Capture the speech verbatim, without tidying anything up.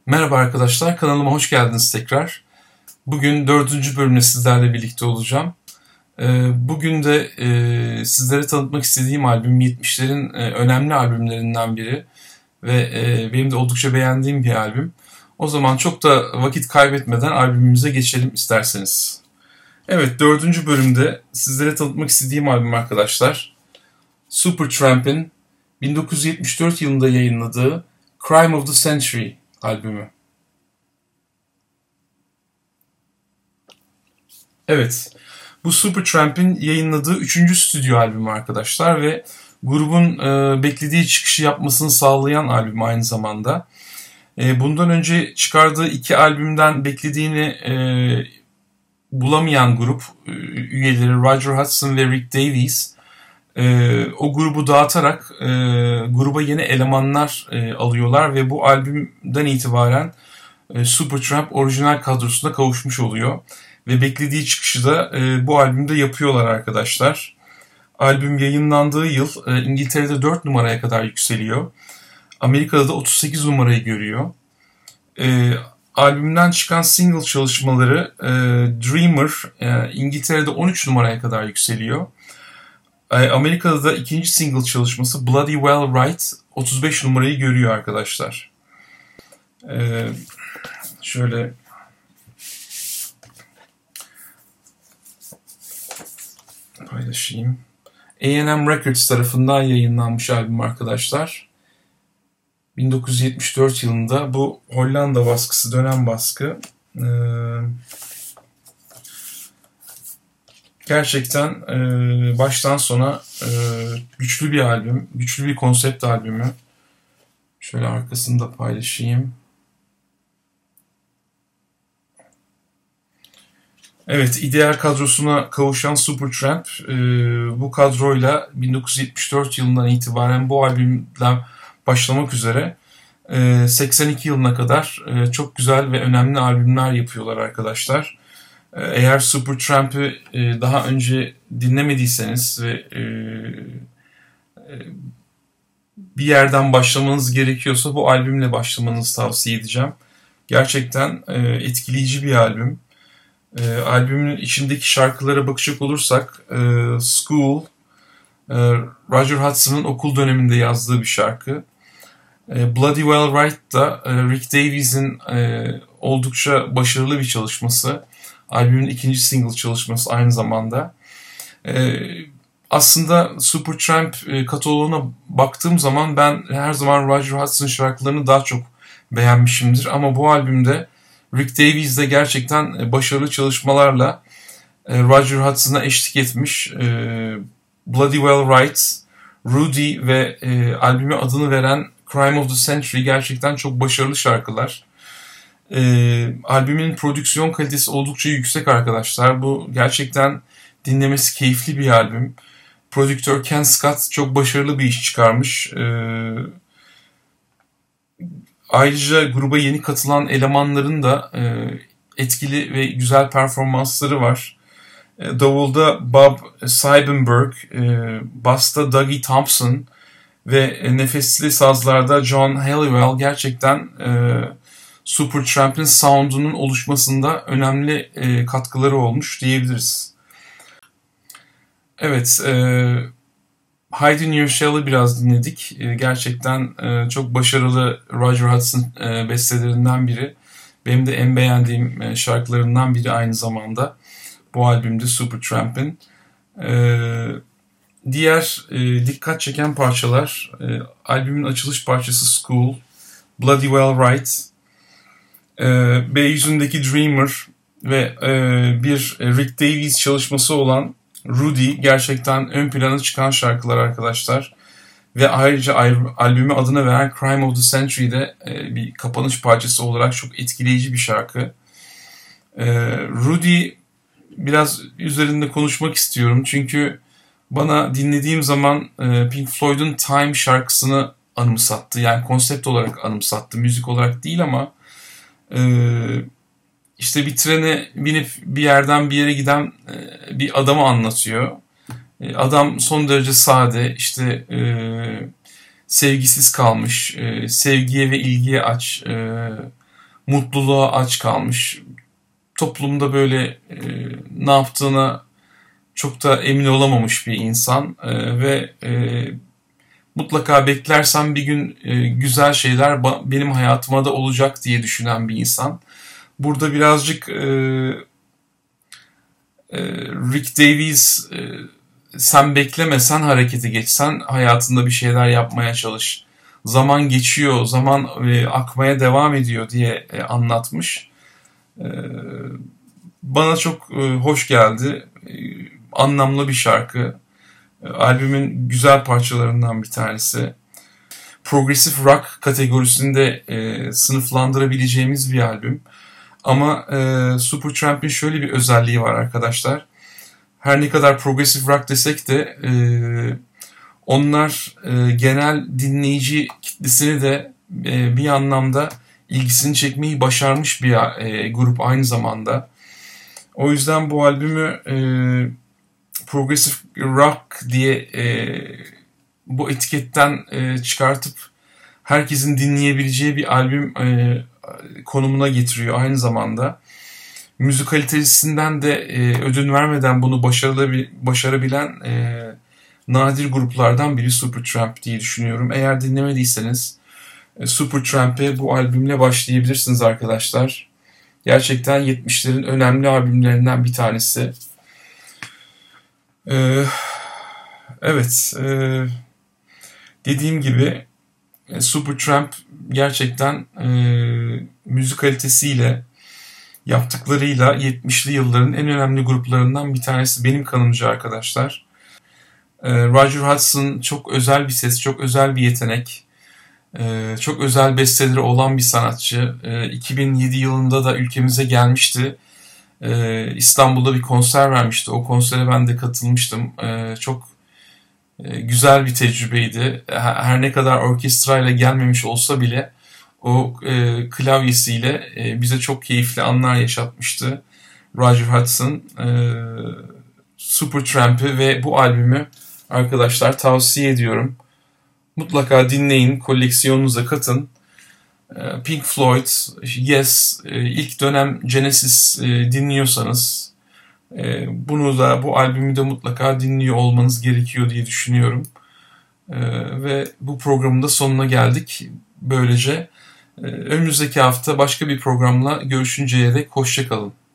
Merhaba arkadaşlar, kanalıma hoş geldiniz tekrar. Bugün dördüncü bölümle sizlerle birlikte olacağım. Bugün de sizlere tanıtmak istediğim albüm yetmişlerin önemli albümlerinden biri. Ve benim de oldukça beğendiğim bir albüm. O zaman çok da vakit kaybetmeden albümümüze geçelim isterseniz. Evet, dördüncü bölümde sizlere tanıtmak istediğim albüm arkadaşlar. Supertramp'in bin dokuz yüz yetmiş dört yılında yayınladığı Crime of the Century albümü. Evet, bu Supertramp'in yayınladığı üçüncü stüdyo albümü arkadaşlar ve grubun e, beklediği çıkışı yapmasını sağlayan albüm aynı zamanda. E, bundan önce çıkardığı iki albümden beklediğini e, bulamayan grup e, üyeleri Roger Hodgson ve Rick Davies e, o grubu dağıtarak e, gruba yeni elemanlar e, alıyorlar ve bu albümden itibaren e, Supertramp orijinal kadrosuna kavuşmuş oluyor. Ve beklediği çıkışı da e, bu albümde yapıyorlar arkadaşlar. Albüm yayınlandığı yıl e, İngiltere'de dört numaraya kadar yükseliyor. Amerika'da da otuz sekiz numarayı görüyor. E, albümden çıkan single çalışmaları e, Dreamer e, İngiltere'de on üç numaraya kadar yükseliyor. E, Amerika'da da ikinci single çalışması Bloody Well Right otuz beş numarayı görüyor arkadaşlar. E, şöyle... paylaşayım. A and M Records tarafından yayınlanmış albüm arkadaşlar. bin dokuz yüz yetmiş dört yılında bu Hollanda baskısı, dönem baskı. Ee, gerçekten e, baştan sona e, güçlü bir albüm, güçlü bir konsept albümü. Şöyle arkasını da paylaşayım. Evet, ideal kadrosuna kavuşan Supertramp e, bu kadroyla bin dokuz yüz yetmiş dört yılından itibaren bu albümden başlamak üzere e, seksen iki yılına kadar e, çok güzel ve önemli albümler yapıyorlar arkadaşlar. E, eğer Supertramp'ı e, daha önce dinlemediyseniz ve e, e, bir yerden başlamanız gerekiyorsa bu albümle başlamanızı tavsiye edeceğim. Gerçekten e, etkileyici bir albüm. E, albümün içindeki şarkılara bakacak olursak e, School, e, Roger Hudson'ın okul döneminde yazdığı bir şarkı. E, Bloody Well Right da e, Rick Davies'in e, oldukça başarılı bir çalışması. Albümün ikinci single çalışması aynı zamanda. E, aslında Supertramp e, kataloğuna baktığım zaman ben her zaman Roger Hodgson şarkılarını daha çok beğenmişimdir. Ama bu albümde Rick Davies de gerçekten başarılı çalışmalarla Roger Hudson'a eşlik etmiş. Bloody Well Right, Rudy ve albüme adını veren Crime of the Century gerçekten çok başarılı şarkılar. Albümün prodüksiyon kalitesi oldukça yüksek arkadaşlar. Bu gerçekten dinlemesi keyifli bir albüm. Prodüktör Ken Scott çok başarılı bir iş çıkarmış. Ayrıca gruba yeni katılan elemanların da e, etkili ve güzel performansları var. E, davulda Bob Siebenberg, e, basta Dougie Thompson ve e, nefesli sazlarda John Halliwell gerçekten e, Supertramp'in sound'unun oluşmasında önemli e, katkıları olmuş diyebiliriz. Evet, e, Hide in Your Shell'ı biraz dinledik. Gerçekten çok başarılı Roger Hodgson bestelerinden biri. Benim de en beğendiğim şarkılarından biri aynı zamanda. Bu albümde Supertramp'in. Diğer dikkat çeken parçalar, albümün açılış parçası School, Bloody Well Right, B yüzündeki Dreamer ve bir Rick Davies çalışması olan Rudy gerçekten ön plana çıkan şarkılar arkadaşlar. Ve ayrıca albüme adını veren Crime of the Century'de e, bir kapanış parçası olarak çok etkileyici bir şarkı. E, Rudy biraz üzerinde konuşmak istiyorum. Çünkü bana dinlediğim zaman e, Pink Floyd'un Time şarkısını anımsattı. Yani konsept olarak anımsattı. Müzik olarak değil ama e, İşte bir trene binip bir yerden bir yere giden bir adamı anlatıyor. Adam son derece sade, işte e, sevgisiz kalmış, e, sevgiye ve ilgiye aç, e, mutluluğa aç kalmış. Toplumda böyle e, ne yaptığına çok da emin olamamış bir insan e, ve e, mutlaka beklersem bir gün e, güzel şeyler ba- benim hayatıma da olacak diye düşünen bir insan. Burada birazcık e, e, Rick Davies, e, sen bekleme, sen harekete geç, sen hayatında bir şeyler yapmaya çalış. Zaman geçiyor, zaman e, akmaya devam ediyor diye e, anlatmış. E, bana çok e, hoş geldi. E, anlamlı bir şarkı. E, albümün güzel parçalarından bir tanesi. Progressive rock kategorisinde e, sınıflandırabileceğimiz bir albüm. Ama e, Supertramp'in şöyle bir özelliği var arkadaşlar. Her ne kadar progressive rock desek de e, onlar e, genel dinleyici kitlesini de e, bir anlamda ilgisini çekmeyi başarmış bir e, grup aynı zamanda. O yüzden bu albümü e, progressive rock diye e, bu etiketten e, çıkartıp herkesin dinleyebileceği bir albüm e, konumuna getiriyor aynı zamanda. Müzikalitesinden de e, ödün vermeden bunu başarılı, başarabilen e, nadir gruplardan biri Supertramp diye düşünüyorum. Eğer dinlemediyseniz e, Supertramp'e bu albümle başlayabilirsiniz arkadaşlar. Gerçekten yetmişlerin önemli albümlerinden bir tanesi. E, evet, e, dediğim gibi e, Supertramp gerçekten e, müzikalitesiyle, yaptıklarıyla yetmişli yılların en önemli gruplarından bir tanesi benim kanımca arkadaşlar. Roger Hodgson çok özel bir ses, çok özel bir yetenek. Çok özel besteleri olan bir sanatçı. iki bin yedi yılında da ülkemize gelmişti. İstanbul'da bir konser vermişti. O konsere ben de katılmıştım. Çok güzel bir tecrübeydi. Her ne kadar orkestrayla gelmemiş olsa bile o e, klavyesiyle e, bize çok keyifli anlar yaşatmıştı Roger Hodgson. E, Supertramp'ı ve bu albümü arkadaşlar tavsiye ediyorum. Mutlaka dinleyin, koleksiyonunuza katın. E, Pink Floyd, Yes, e, ilk dönem Genesis e, dinliyorsanız e, bunu da, bu albümü de mutlaka dinliyor olmanız gerekiyor diye düşünüyorum. E, ve bu programın da sonuna geldik. Böylece önümüzdeki hafta başka bir programla görüşünceye dek hoşça kalın.